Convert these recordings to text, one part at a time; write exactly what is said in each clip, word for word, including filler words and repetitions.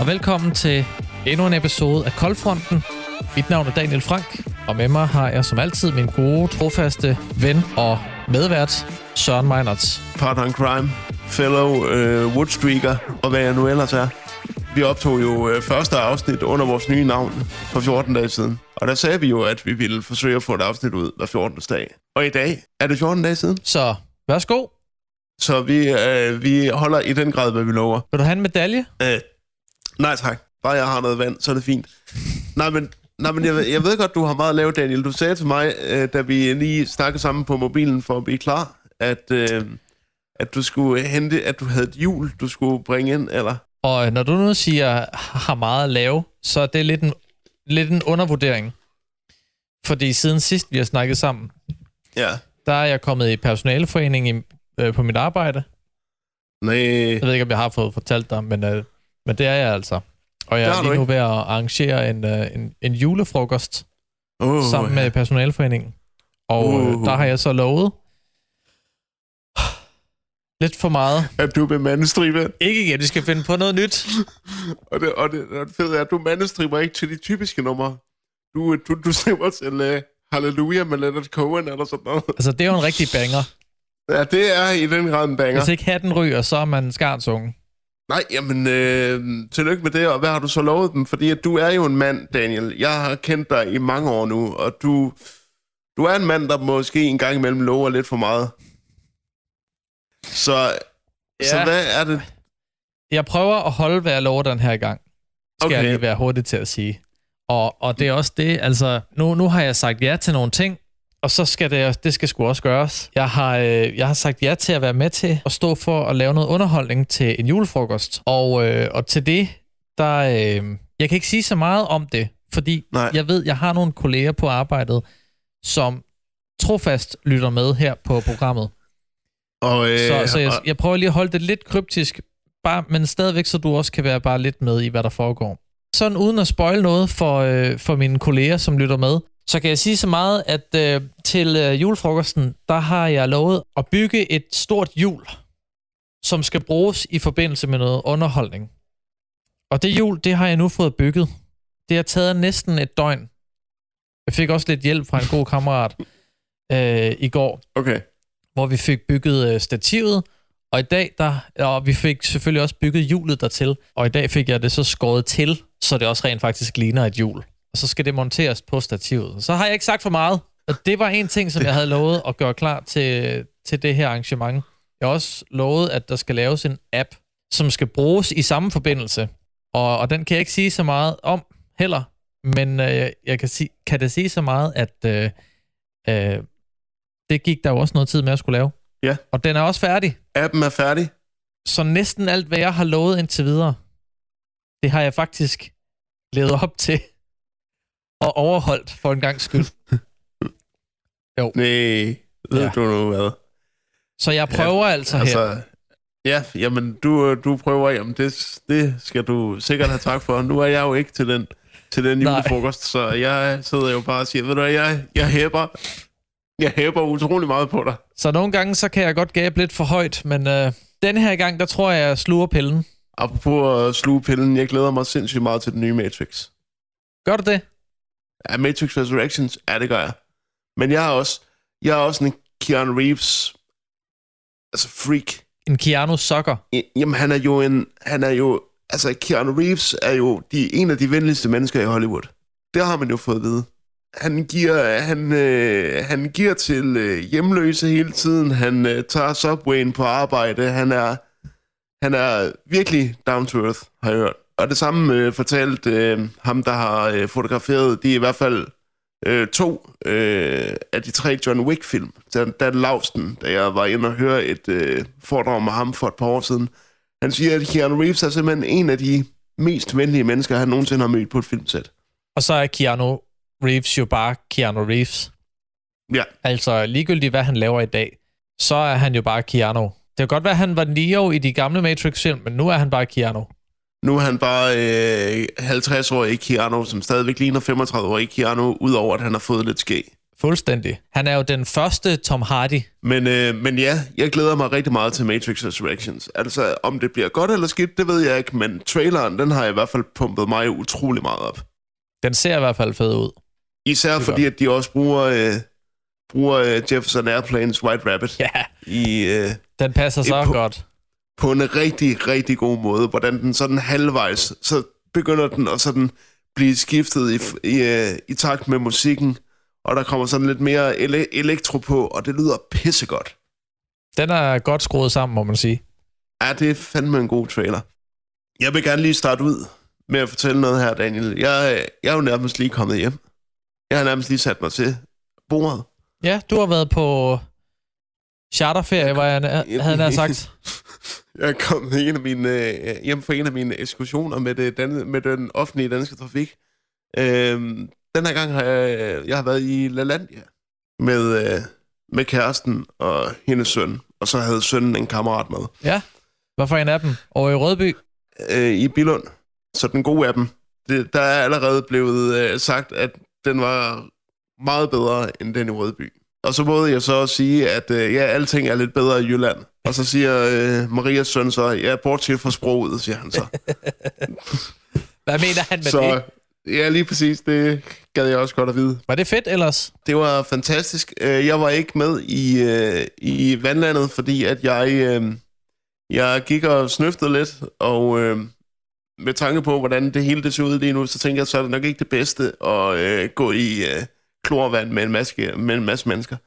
og velkommen til endnu en episode af Koldfronten. Mit navn er Daniel Frank, og med mig har jeg som altid min gode, trofaste ven og medvært, Søren Meinertz. Partner in crime, fellow øh, woodstreaker, og hvad jeg nu ellers er. Vi optog jo øh, første afsnit under vores nye navn for fjorten dage siden. Og der sagde vi jo, at vi ville forsøge at få et afsnit ud hver fjortende dag. Og i dag er det fjorten dage siden. Så værsgo. Så vi, øh, vi holder i den grad, hvad vi lover. Vil du have en medalje? Øh, nej tak. Bare jeg har noget vand, så er det fint. Nej, men, nej, men jeg, jeg ved godt, du har meget at lave, Daniel. Du sagde til mig, øh, da vi lige snakkede sammen på mobilen for at blive klar, at, øh, at du skulle hente, at du havde et hjul, du skulle bringe ind, eller? Og når du nu siger, har meget at lave, så er det lidt en, lidt en undervurdering. Fordi siden sidst, vi har snakket sammen, ja. der er jeg kommet i personaleforening i, øh, på mit arbejde. Nej. Jeg ved ikke, om jeg har fået fortalt dig, men, øh, men det er jeg altså. Og jeg er lige nu ved at arrangere en, øh, en, en julefrokost uh, sammen med personaleforeningen. Og uh. øh, der har jeg så lovet lidt for meget. At du er mandestribe. Ikke igen, vi skal finde på noget nyt. og, det, og, det, og det fede er, at du mandestriber ikke til de typiske numre. Du, du, du striber til uh, Hallelujah med Leonard Cohen eller sådan noget. Altså, det er jo en rigtig banger. Ja, det er i den grad en banger. Hvis ikke hatten ryger, så er man skarnsunge. Nej, jamen, øh, tillykke med det, og hvad har du så lovet dem? Fordi at du er jo en mand, Daniel. Jeg har kendt dig i mange år nu, og du, du er en mand, der måske en gang imellem lover lidt for meget. Så, ja. Så hvad er det? Jeg prøver at holde, hvad jeg lover den her gang. Skal okay. jeg lige være hurtig til at sige. Og, og det er også det, altså, nu, nu har jeg sagt ja til nogle ting, og så skal det, det skal sgu også gøres. Jeg har, øh, jeg har sagt ja til at være med til at stå for at lave noget underholdning til en julefrokost. Og, øh, og til det, der... Øh, jeg kan ikke sige så meget om det, fordi Nej. jeg ved, jeg har nogle kolleger på arbejdet, som trofast lytter med her på programmet. Og, øh, så så jeg, jeg prøver lige at holde det lidt kryptisk, bare, men stadigvæk, så du også kan være bare lidt med i, hvad der foregår. Sådan uden at spoile noget for, øh, for mine kolleger, som lytter med, så kan jeg sige så meget, at øh, til øh, julefrokosten, der har jeg lovet at bygge et stort hjul, som skal bruges i forbindelse med noget underholdning. Og det hjul, det har jeg nu fået bygget. Det har taget næsten et døgn. Jeg fik også lidt hjælp fra en god kammerat øh, i går, okay. hvor vi fik bygget øh, stativet, og i dag, der, og vi fik selvfølgelig også bygget hjulet dertil, og i dag fik jeg det så skåret til, så det også rent faktisk ligner et hjul. Og så skal det monteres på stativet. Så har jeg ikke sagt for meget. Og det var en ting, som jeg havde lovet at gøre klar til, til det her arrangement. Jeg har også lovet, at der skal laves en app, som skal bruges i samme forbindelse. Og, og den kan jeg ikke sige så meget om heller. Men øh, jeg kan, sige, kan det sige så meget, at øh, øh, det gik der jo også noget tid med at skulle lave. Ja. Og den er også færdig. Appen er færdig. Så næsten alt, hvad jeg har lovet indtil videre, det har jeg faktisk levet op til og overholdt for en gangs skyld. Jo. Nej, ved ja. du nu hvad? Så jeg prøver ja, altså, altså her. Ja, jamen du, du prøver, jamen det, det skal du sikkert have tak for. Nu er jeg jo ikke til den, til den julefrokost, så jeg sidder jo bare og siger, ved du hvad, jeg, jeg hæber, jeg hæber utrolig meget på dig. Så nogle gange, så kan jeg godt gabe lidt for højt, men øh, den her gang, der tror jeg, jeg sluger pillen. Apropos at sluge pillen, jeg glæder mig sindssygt meget til den nye Matrix. Gør du det? Ja, Matrix Resurrections, ja, det gør jeg. Men jeg er også, jeg er også en Keanu Reeves, altså freak. En Keanu sucker? Jamen, han er jo en, han er jo, altså Keanu Reeves er jo de, en af de venligste mennesker i Hollywood. Det har man jo fået at vide. Han giver, han, øh, han giver til øh, hjemløse hele tiden, han øh, tager Subwayen på arbejde, han er, han er virkelig down to earth, har jeg hørt. Og det samme øh, fortalte øh, ham, der har øh, fotograferet, de er i hvert fald øh, to øh, af de tre John Wick-film. Dan Laustsen, da jeg var inde og høre et øh, foredrag med ham for et par år siden. Han siger, at Keanu Reeves er simpelthen en af de mest venlige mennesker, han nogensinde har mødt på et filmsæt. Og så er Keanu Reeves jo bare Keanu Reeves. Ja. Altså ligegyldigt, hvad han laver i dag, så er han jo bare Keanu. Det kan godt være, at han var Neo i de gamle Matrix-film, men nu er han bare Keanu. Nu er han bare øh, halvtreds-årig Keanu, som stadigvæk ligner femogtredive-årig Keanu, udover at han har fået lidt skæg. Fuldstændig. Han er jo den første Tom Hardy. Men, øh, men ja, jeg glæder mig rigtig meget til Matrix Resurrections. Altså, om det bliver godt eller skidt, det ved jeg ikke, men traileren, den har i hvert fald pumpet mig utrolig meget op. Den ser i hvert fald fed ud. Især fordi, at de også bruger, øh, bruger øh, Jefferson Airplanes White Rabbit. Ja, i, øh, den passer så på, godt. På en rigtig, rigtig god måde, hvordan den sådan halvvejs, så begynder den at sådan blive skiftet i, i, øh, i takt med musikken, og der kommer sådan lidt mere ele- elektro på, og det lyder pissegodt. Den er godt skruet sammen, må man sige. Ja, det er fandme en god trailer. Jeg vil gerne lige starte ud med at fortælle noget her, Daniel. Jeg, jeg er jo nærmest lige kommet hjem. Jeg har nærmest lige sat mig til bordet. Ja, du har været på charterferie, hvor jeg havde nær sagt. Jeg er kommet en af mine, hjem fra en af mine ekskursioner med, det, den, med den offentlige danske trafik. Øhm, den her gang har jeg, jeg har været i LaLandia med, øh, med kæresten og hendes søn. Og så havde sønnen en kammerat med. Ja, hvorfor en af dem? Over i Rødby? Øh, I Billund. Så den gode af dem. Det, der er allerede blevet øh, sagt, at den var meget bedre end den i Rødby. Og så måtte jeg så sige, at øh, ja, alting er lidt bedre i Jylland. Og så siger øh, Marias søn så, ja, bortset fra sproget, siger han så. Hvad mener han med så, det? Ja, lige præcis. Det gad jeg også godt at vide. Var det fedt ellers? Det var fantastisk. Jeg var ikke med i, øh, i vandlandet, fordi at jeg, øh, jeg gik og snøftede lidt, og øh, med tanke på, hvordan det hele det ser ud lige nu, så tænker jeg, så er det nok ikke det bedste at øh, gå i øh, klorvand med en, masse, med en masse mennesker.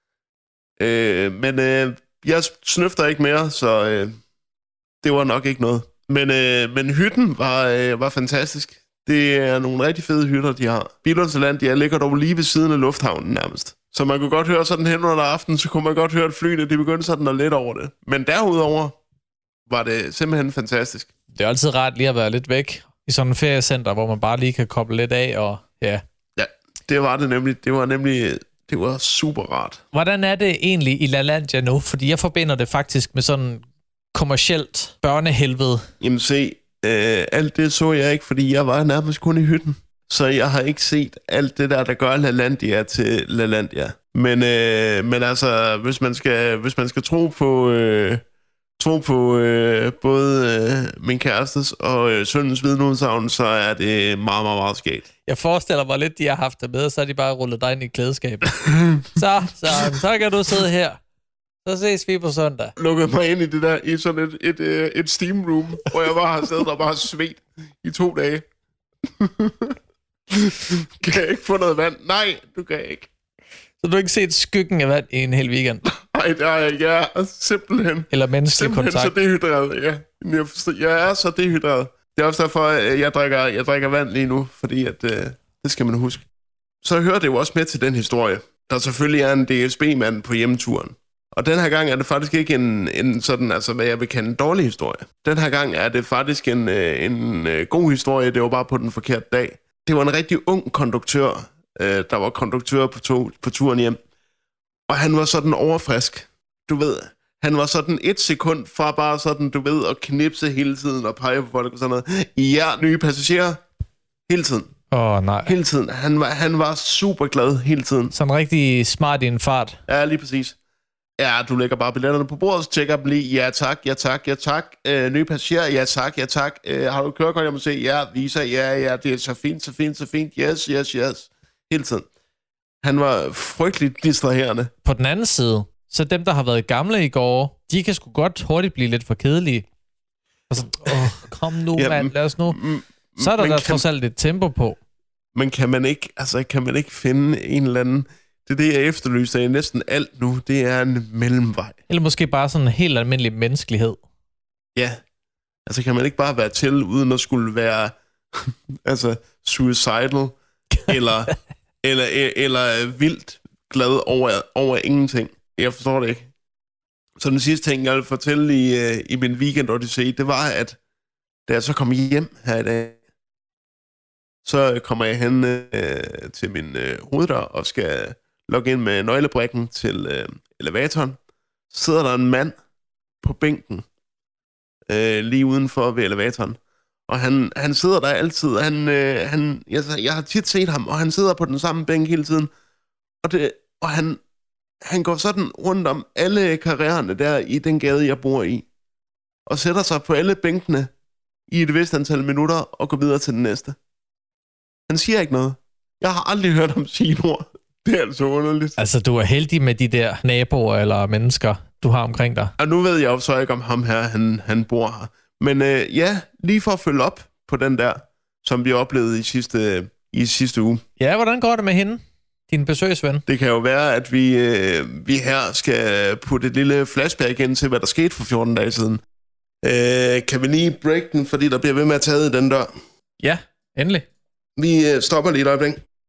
Øh, men øh, jeg snøfter ikke mere, så øh, det var nok ikke noget. Men, øh, men hytten var, øh, var fantastisk. Det er nogle rigtig fede hytter, de har. Billunds Land, de ligger dog lige ved siden af lufthavnen nærmest. Så man kunne godt høre sådan hen under aftenen, så kunne man godt høre, at flyene de begyndte sådan at lidt over det. Men derudover var det simpelthen fantastisk. Det er altid rart lige at være lidt væk i sådan en feriecenter, hvor man bare lige kan koble lidt af, og ja. Ja, det var det nemlig. Det var nemlig, det var super rart. Hvordan er det egentlig i LaLandia nu? Fordi jeg forbinder det faktisk med sådan kommercielt børnehelvede. Jamen se, øh, alt det så jeg ikke, fordi jeg var nærmest kun i hytten. Så jeg har ikke set alt det der, der gør LaLandia til LaLandia. Men, øh, men altså, hvis man skal, hvis man skal tro på, øh, tro på øh, både øh, min kærestes og øh, søndens vidneudsagn, så er det meget, meget, meget skægt. Jeg forestiller mig lidt, de har haft det med, og så har de bare rullet dig ind i klædeskabet. så, så, så kan du sidde her. Så ses vi på søndag. Lukkede mig ind i det der, i sådan et, et, et, et steam room, hvor jeg bare har siddet og bare svedt i to dage. Kan jeg ikke få noget vand? Nej, du kan ikke. Så du har ikke set skyggen af vand i en hel weekend? Nej, det er jeg. Jeg er simpelthen... Eller menneskelig simpelthen kontakt? Simpelthen så dehydreret, ja. Jeg, forstår, jeg er så dehydreret. Det er også derfor, at jeg drikker, jeg drikker vand lige nu, fordi at, øh, det skal man huske. Så hører det jo også med til den historie. Der selvfølgelig er en D S B-mand på hjemturen. Og den her gang er det faktisk ikke en, en sådan, altså hvad jeg vil kalde en dårlig historie. Den her gang er det faktisk en, en, en god historie, det var bare på den forkerte dag. Det var en rigtig ung konduktør, øh, der var konduktør på, to, på turen hjem. Og han var sådan overfrisk, du ved. Han var sådan et sekund fra bare sådan, du ved, at knipse hele tiden og pege på folk og sådan noget. Ja, nye passagerer. Hele tiden. Åh, oh, nej. Hele tiden. Han var, han var super glad hele tiden. Sådan rigtig smart i en fart. Ja, lige præcis. Ja, du lægger bare billetterne på bordet, så tjekker dem lige. Ja tak, ja tak, ja tak. Øh, nye passagerer, ja tak, ja tak. Øh, har du kørekort, jeg må se? Ja, visa, ja, ja, det er så fint, så fint, så fint. Yes, yes, yes. Hele tiden. Han var frygteligt distraherende. På den anden side, så dem, der har været gamle i går, de kan sgu godt hurtigt blive lidt for kedelige. Altså, åh, kom nu, ja, mand, lad os nu. M- så er der der kan, trods alt et tempo på. Men kan man ikke, altså kan man ikke finde en eller anden... Det er det, jeg efterlyser i næsten alt nu. Det er en mellemvej. Eller måske bare sådan en helt almindelig menneskelighed. Ja. Altså kan man ikke bare være til, uden at skulle være altså suicidal, eller, eller, eller vildt glad over, over ingenting. Jeg forstår det ikke. Så den sidste ting, jeg vil fortælle i, i min weekend odyssé, det var, at da jeg så kom hjem her i dag, så kommer jeg hen øh, til min øh, hoveddør og skal logge ind med nøglebrikken til øh, elevatoren. Så sidder der en mand på bænken øh, lige udenfor ved elevatoren. Og han, han sidder der altid. Han, øh, han, jeg, jeg har tit set ham, og han sidder på den samme bænk hele tiden. Og, det, og han, han går sådan rundt om alle karriererne der i den gade, jeg bor i. Og sætter sig på alle bænkene i et vist antal minutter og går videre til den næste. Han siger ikke noget. Jeg har aldrig hørt ham sige et ord. Det er altså underligt. Altså, du er heldig med de der naboer eller mennesker, du har omkring dig. Og nu ved jeg jo så ikke, om ham her, han, han bor her. Men øh, ja, lige for at følge op på den der, som vi oplevede i sidste, i sidste uge. Ja, hvordan går det med hende, din besøgsven? Det kan jo være, at vi, øh, vi her skal putte et lille flashback ind til, hvad der skete for fjorten dage siden. Øh, kan vi lige break den, fordi der bliver ved med at tage i den dør? Ja, endelig. Vi øh, stopper lige et øjeblik.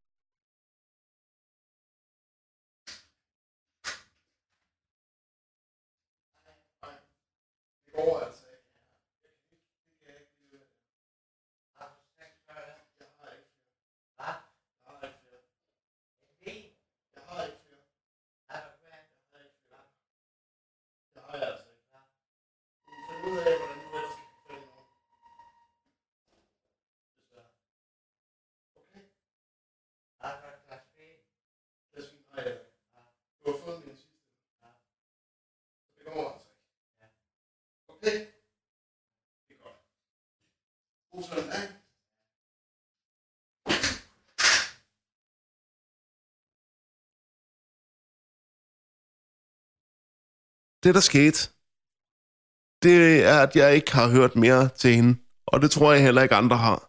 Det, der skete, det er, at jeg ikke har hørt mere til hende, og det tror jeg heller ikke andre har.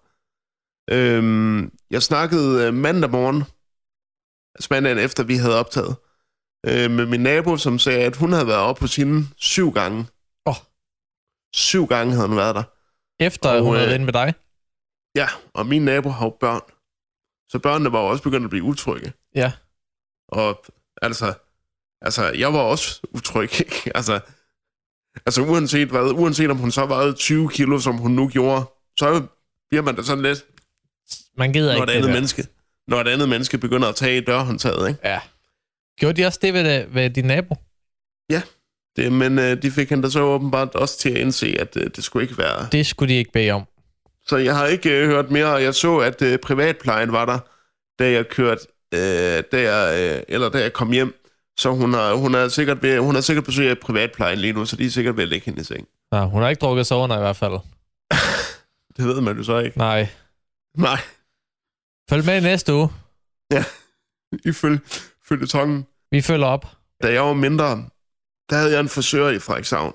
Øhm, jeg snakkede mandag morgen, altså mandagen efter vi havde optaget, øh, med min nabo, som sagde, at hun havde været oppe hos hende syv gange. Åh. Oh. Syv gange havde hun været der. Efter og, hun havde været inde med dig? Ja, og min nabo har jo børn. Så børnene var jo også begyndt at blive utrygge. Ja. Og altså... Altså, jeg var også utryg, ikke? Altså, altså uanset hvad, uanset om hun så vejede tyve kilo, som hun nu gjorde, så bliver man da sådan lidt... Man gider når ikke et andet det menneske, Når et andet menneske begynder at tage i dørhåndtaget, ikke? Ja. Gjorde de også det ved, ved din nabo? Ja, det, men øh, de fik hende da så åbenbart også til at indse, at øh, det skulle ikke være... Det skulle de ikke bede om. Så jeg har ikke øh, hørt mere, og jeg så, at øh, privatplejen var der, da jeg kørte, øh, da jeg, øh, eller da jeg kom hjem. Så hun har, hun er sikkert ved, hun har sikkert besøg af privatplejen lige nu, så de er sikkert ved at lægge hende i seng. Ja, hun har ikke drukket sig under i hvert fald. Det ved man jo så ikke. Nej. Nej. Følg med næste uge. Ja, ifølge følgetongen. Vi følger op. Da jeg var mindre, der havde jeg en frisør i Frederikshavn.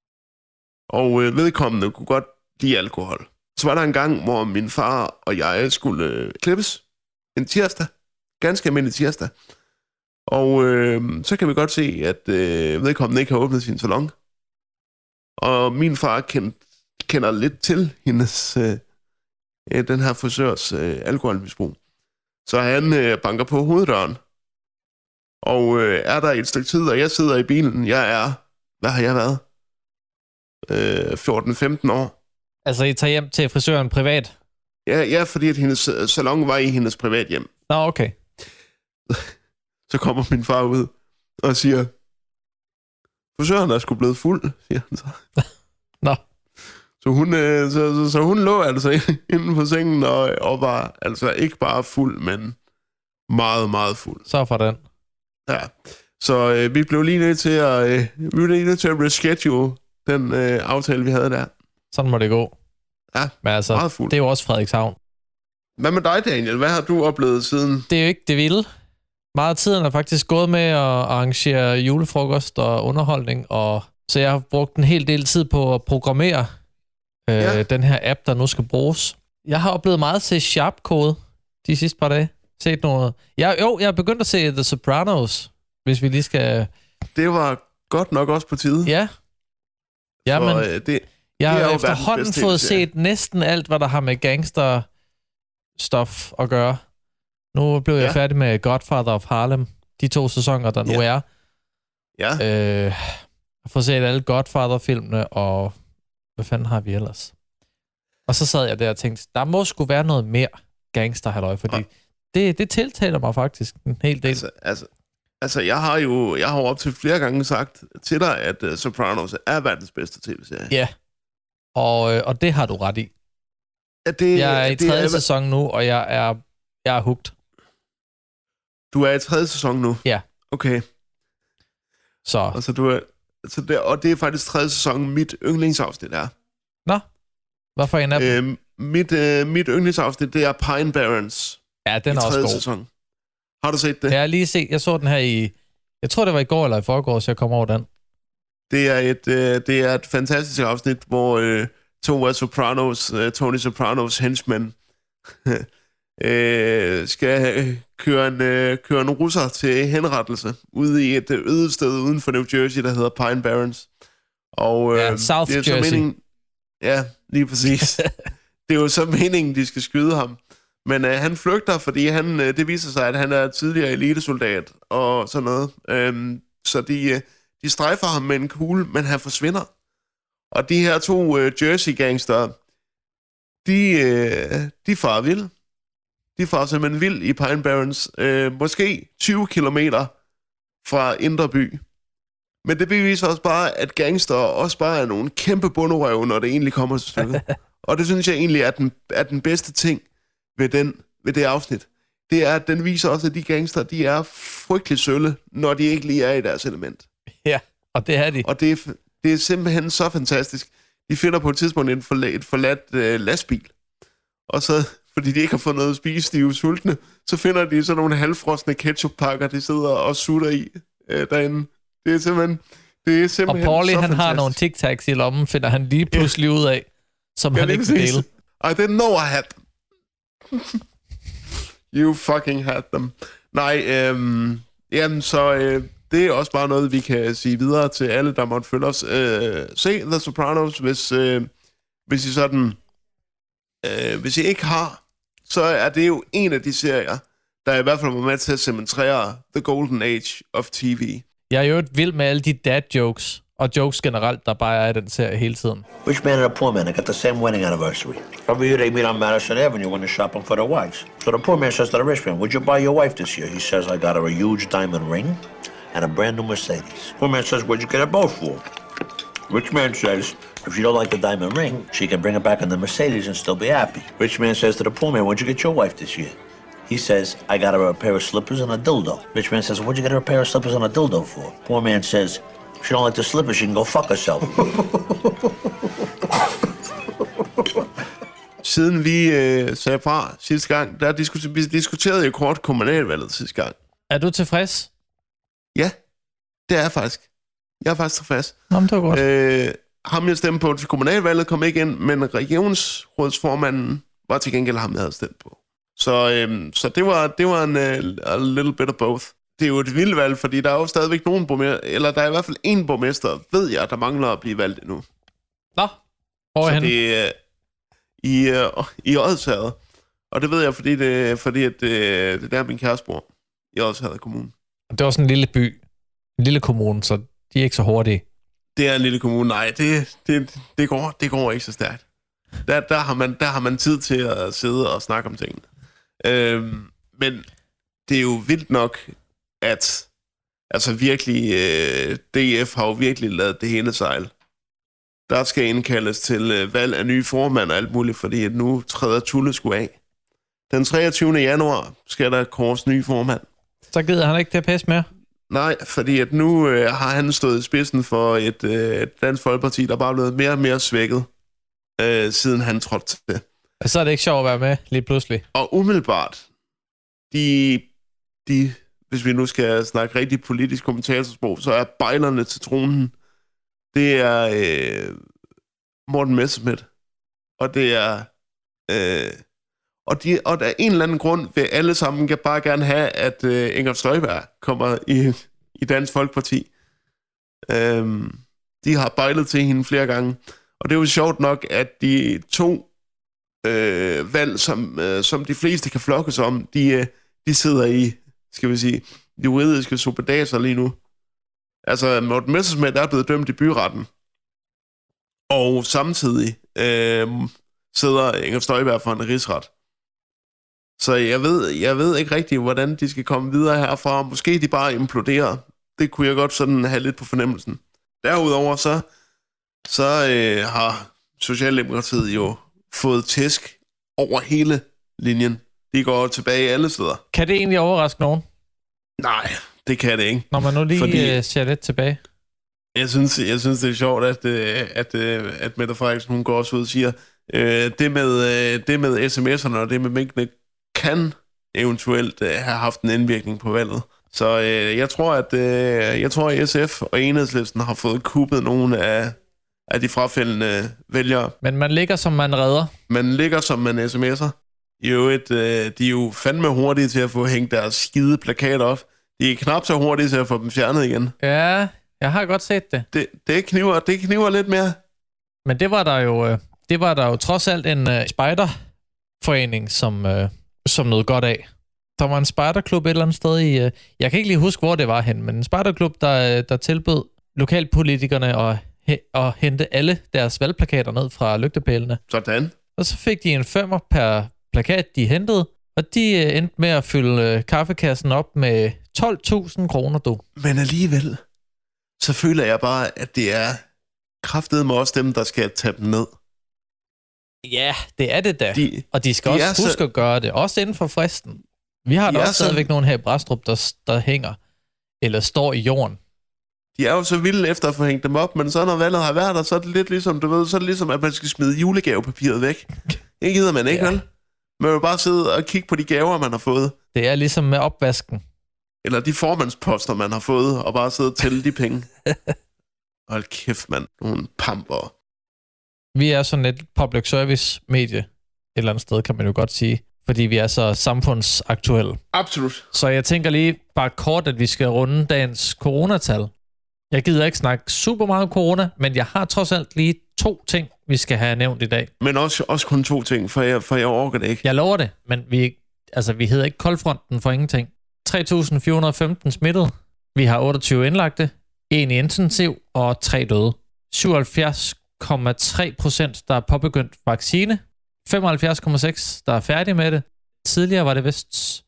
Og øh, vedkommende kunne godt lide alkohol. Så var der en gang, hvor min far og jeg skulle øh, klippes. En tirsdag. Ganske almindelig tirsdag. Og øh, så kan vi godt se, at øh, vedkommende ikke har åbnet sin salon. Og min far kend, kender lidt til hendes, øh, den her frisørs øh, alkoholmisbrug. Så han øh, banker på hoveddøren. Og øh, er der et stykke tid, og jeg sidder i bilen. Jeg er, hvad har jeg været? Øh, fjorten femten år. Altså, I tager hjem til frisøren privat? Ja, ja, fordi at hendes salon var i hendes privathjem. Nå, okay. Så kommer min far ud og siger, frisøren er sgu blevet fuld, siger han så. Nå. Så hun, øh, så, så, så hun lå altså inde på sengen og, og var altså ikke bare fuld, men meget, meget fuld. Så for den. Ja, så øh, vi blev lige nødt til at, øh, vi blev lige nødt til at reschedule den øh, aftale, vi havde der. Sådan må det gå. Ja, men altså, meget fuld. Det er jo også Frederikshavn. Hvad med dig, Daniel? Hvad har du oplevet siden? Det er jo ikke det vilde. Meget af tiden er faktisk gået med at arrangere julefrokost og underholdning, og så jeg har brugt en hel del tid på at programmere øh, ja. den her app, der nu skal bruges. Jeg har oplevet meget C-sharp-kode de sidste par dage. Set noget. Jeg, jo, jeg har begyndt at se The Sopranos, hvis vi lige skal... Det var godt nok også på tide. Ja. Ja, men øh, det, jeg det har efterhånden fået set næsten alt, hvad der har med gangster-stof at gøre. Nu blev jeg ja. færdig med Godfather of Harlem, de to sæsoner, der nu ja. er. Ja. Øh, jeg får set alle Godfather-filmene, og hvad fanden har vi ellers? Og så sad jeg der og tænkte, der må sgu være noget mere gangster-halløj, fordi ja. det, det tiltaler mig faktisk en hel del. Altså, altså, altså jeg har jo jeg har jo op til flere gange sagt til dig, at uh, Sopranos er verdens bedste tv-serie. Ja, og, øh, og det har du ret i. Ja, det, jeg er i det tredje er, sæson nu, og jeg er, jeg er hooked. Du er i tredje sæson nu? Ja. Okay. Så. Altså, du er, så det, og det er faktisk tredje sæson, mit yndlingsafsnit er. Nå, hvorfor en af dem? Øh, mit, øh, mit yndlingsafsnit, det er Pine Barrens. Ja, den er også god. Sæson. Har du set det? Jeg har lige set, jeg så den her i, jeg tror det var i går eller i forgårs, jeg kom over den. Det er et, øh, det er et fantastisk afsnit, hvor øh, to af Sopranos, øh, Tony Sopranos henchmen, øh, skal køre en, øh, køre en russer til henrettelse ude i et øde sted uden for New Jersey, der hedder Pine Barrens. Og, øh, ja, South det er Jersey. Meningen, ja, lige præcis. Det er jo så meningen, de skal skyde ham. Men øh, han flygter, fordi han, øh, det viser sig, at han er tidligere elitesoldat og sådan noget. Øhm, så de, øh, de strejfer ham med en kugle, men han forsvinder. Og de her to øh, Jersey-gangster, de, øh, de farer vild. De farer simpelthen vild i Pine Barrens. Øh, måske tyve kilometer fra Indre By. Men det beviser også bare, at gangster også bare er nogle kæmpe bunderøve, når det egentlig kommer til stykket. Og det synes jeg egentlig er den, er den bedste ting ved, den, ved det afsnit. Det er, at den viser også, at de gangster, de er frygtelig sølle, når de ikke lige er i deres element. Ja, og det er de. Og det er, det er simpelthen så fantastisk. De finder på et tidspunkt en forladt, et forladt øh, lastbil. Og så, fordi de ikke har fået noget at spise, de er jo sultne, så finder de sådan nogle halvfrosne ketchuppakker, de sidder og sutter i øh, derinde. Det er simpelthen, det er simpelthen og Paulie, så han fantastisk. har nogle tic-tacs i lommen, finder han lige pludselig yeah. ud af, som ja, han ikke vil dele. I didn't know I had them. You fucking had them. Nej, øhm, jamen så øh, det er også bare noget, vi kan sige videre til alle, der måtte følge os. Øh, se The Sopranos, hvis, øh, hvis I sådan, øh, hvis I ikke har, så er det jo en af de serier, der i hvert fald var med til at cementere The Golden Age of T V. Jeg er jo vild med alle de dad jokes, og jokes generelt, der bare er i den serie hele tiden. Rich man and a poor man, they got the same wedding anniversary. Every year they meet on Madison Avenue when they're shopping for their wives. So the poor man says to the rich man, "Would you buy your wife this year?" He says, "I got her a huge diamond ring and a brand new Mercedes." Poor man says, "What'd you get her both for?" Rich man says, "If she don't like the diamond ring, she can bring it back in the Mercedes and still be happy." Rich man says to the poor man, "What'd you get your wife this year?" He says, "I got her a pair of slippers and a dildo." Rich man says, "What'd you get her a pair of slippers and a dildo for?" Poor man says, "If she don't like the slippers, she can go fuck herself." Siden vi øh, sagde fra sidste gang, der diskuterede vi diskuterede jo kort kommunalvalget sidste gang. Er du tilfreds? Ja, det er jeg faktisk. Jeg er faktisk tilfreds. Nå, det var godt. Øh, ham jeg stemte på til kommunalvalget kom ikke ind, men regionsrådsformanden var til gengæld ham, jeg havde stemt på. Så, øhm, så det var, det var en uh, a little bit of both. Det er jo et vildt valg, fordi der er jo stadigvæk nogen borgmester, eller der er i hvert fald en borgmester, ved jeg, der mangler at blive valgt endnu. Nå, hvor er han? Det er i, uh, i Odsherred. Og det ved jeg, fordi det, fordi at, uh, det er der min kæreste bor, i Odsherred Kommune. Det er også en lille by, en lille kommune, så de er ikke så hurtige. Det er en lille kommune, nej, det, det, det, går, det går ikke så stærkt. Der, der, har man, der har man tid til at sidde og snakke om tingene. Øhm, men det er jo vildt nok, at altså virkelig øh, D F har jo virkelig lavet det hele sejl. Der skal indkaldes til øh, valg af nye formand og alt muligt, fordi at nu træder Tulle sgu af. Den treogtyvende januar skal der kors ny formand. Så gider han ikke det pisse mere? Nej, fordi at nu øh, har han stået i spidsen for et øh, Dansk Folkeparti, der bare er blevet mere og mere svækket, øh, siden han trådte til. Så er det ikke sjovt at være med lige pludselig. Og umiddelbart, de, de, hvis vi nu skal snakke rigtig politisk kommentarspråk, så er bejlerne til tronen, det er øh, Morten Messerschmidt. Og det er... Øh, og, de, og der er en eller anden grund vil alle sammen kan bare gerne have, at øh, Inger Støjberg kommer i, i Dansk Folkeparti. Øh, de har bejlet til hende flere gange. Og det er jo sjovt nok, at de to øh, valg, som, øh, som de fleste kan flokkes om, de, øh, de sidder i, skal vi sige, de juridiske suppedaser lige nu. Altså, Morten Messerschmidt er blevet dømt i byretten. Og samtidig øh, sidder Inger Støjberg for en rigsret. Så jeg ved, jeg ved ikke rigtig, hvordan de skal komme videre herfra. Måske de bare imploderer. Det kunne jeg godt sådan have lidt på fornemmelsen. Derudover så, så øh, har Socialdemokratiet jo fået tæsk over hele linjen. De går tilbage alle steder. Kan det egentlig overraske nogen? Nej, det kan det ikke. Når man nu lige Fordi... øh, ser lidt tilbage. Jeg synes, jeg synes det er sjovt, at, at, at, at Mette Frederiksen, hun går også ud og siger, øh, det, med, øh, det med sms'erne og det med minkene kan eventuelt øh, have haft en indvirkning på valget. Så øh, jeg tror, at øh, jeg tror, at S F og Enhedslisten har fået kuppet nogle af, af de frafældende vælgere. Men man ligger, som man redder. Man ligger, som man sms'er. I øvrigt, øh, de er jo fandme hurtige til at få hængt deres skide plakater op. De er knap så hurtige til at få dem fjernet igen. Ja, jeg har godt set det. Det, det, kniver, det kniver lidt mere. Men det var der jo, det var der jo trods alt en uh, spejderforening, som, uh, som nåede godt af. Der var en spejderklub et eller andet sted i... Uh, jeg kan ikke lige huske, hvor det var hen, men en spejderklub, der, der tilbød lokalpolitikerne at, at hente alle deres valgplakater ned fra lygtepælene. Sådan. Og så fik de en femmer per plakat, de hentede, og de uh, endte med at fylde uh, kaffekassen op med tolv tusind kroner, du. Men alligevel, så føler jeg bare, at det er kraftedeme også dem, der skal tage dem ned. Ja, det er det da. De, og de skal de også huske så... at gøre det, også inden for fristen. Vi har da også så... stadigvæk nogen her i Brastrup, der, der hænger, eller står i jorden. De er jo så vilde efter at få hængt dem op, men så når valget har været der, så er det lidt ligesom, du ved, så er det ligesom, at man skal smide julegavepapiret væk. Det gider man ikke, ja. Vel? Man vil bare sidde og kigge på de gaver, man har fået. Det er ligesom med opvasken. Eller de formandsposter, man har fået, og bare sidde og tælle de penge. Hold kæft, mand. Nogle pamper. Vi er sådan et public service medie, et eller andet sted, kan man jo godt sige, fordi vi er så samfundsaktuelle. Absolut. Så jeg tænker lige bare kort, at vi skal runde dagens coronatal. Jeg gider ikke snakke super meget corona, men jeg har trods alt lige to ting, vi skal have nævnt i dag. Men også, også kun to ting, for jeg, for jeg orker det ikke. Jeg lover det, men vi, altså, vi hedder ikke koldfronten for ingenting. tre tusind fire hundrede og femten smittede. Vi har otteogtyve indlagte, en i intensiv og tre døde. syvoghalvfjerds komma tre procent, der er påbegyndt vaccine. femoghalvfjerds komma seks der er færdige med det. Tidligere var det vist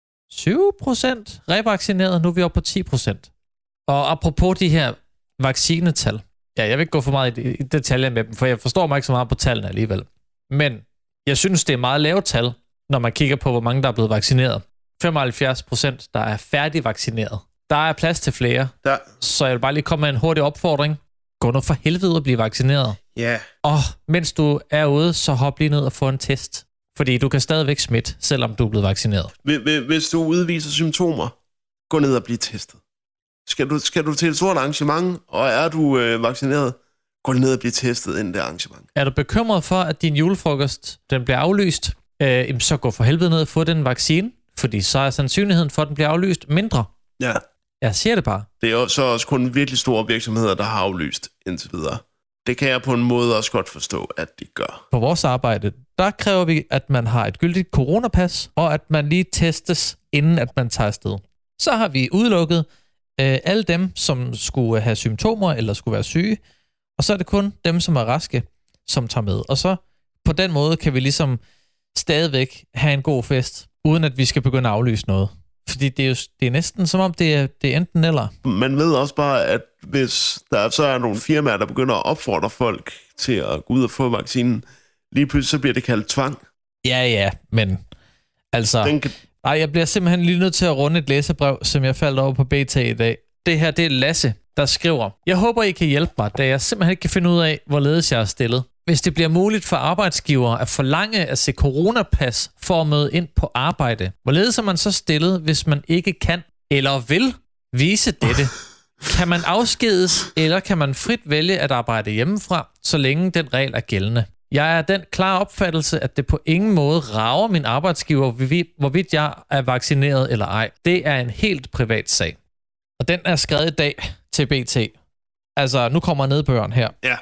syv procent revaccineret, nu er vi oppe på ti procent. Og apropos de her vaccinetal, ja, jeg vil ikke gå for meget i detaljer med dem, for jeg forstår mig ikke så meget på tallene alligevel. Men jeg synes, det er meget lavt tal, når man kigger på, hvor mange der er blevet vaccineret. femoghalvfjerds procent, der er færdigvaccineret. Der er plads til flere, der. Så jeg vil bare lige komme med en hurtig opfordring. Gå nu for helvede ud og blive vaccineret. Ja. Yeah. Og mens du er ude, så hop lige ned og få en test. Fordi du kan stadigvæk smitte, selvom du er blevet vaccineret. Hvis du udviser symptomer, gå ned og blive testet. Skal du, skal du til et stort arrangement, og er du øh, vaccineret, gå ned og blive testet inden det arrangement. Er du bekymret for, at din julefrokost den bliver aflyst, øh, så gå for helvede ned og få den vaccine, fordi så er sandsynligheden for, at den bliver aflyst mindre. Ja. Jeg siger det bare. Det er jo så også kun virkelig store virksomheder, der har aflyst indtil videre. Det kan jeg på en måde også godt forstå, at de gør. På vores arbejde, der kræver vi, at man har et gyldigt coronapas, og at man lige testes, inden at man tager afsted. Så har vi udelukket øh, alle dem, som skulle have symptomer eller skulle være syge, og så er det kun dem, som er raske, som tager med. Og så på den måde kan vi ligesom stadigvæk have en god fest, uden at vi skal begynde at aflyse noget. Fordi det er jo det er næsten som om, det er, det er enten eller. Man ved også bare, at hvis der så er nogle firmaer, der begynder at opfordre folk til at gå ud og få vaccinen, lige pludselig så bliver det kaldt tvang. Ja, ja, men altså... Kan... Ej, jeg bliver simpelthen lige nødt til at runde et læserbrev, som jeg faldt over på B T i dag. Det her, det er Lasse, der skriver: Jeg håber, I kan hjælpe mig, da jeg simpelthen ikke kan finde ud af, hvorledes jeg er stillet. Hvis det bliver muligt for arbejdsgivere at forlange at se coronapas for at møde ind på arbejde, hvorledes er man så stillet, hvis man ikke kan eller vil vise dette? Kan man afskedes, eller kan man frit vælge at arbejde hjemmefra, så længe den regel er gældende? Jeg er den klare opfattelse, at det på ingen måde rager min arbejdsgiver, hvorvidt jeg er vaccineret eller ej. Det er en helt privat sag. Og den er skrevet i dag til B T. Altså, nu kommer nedbøren her. Ja.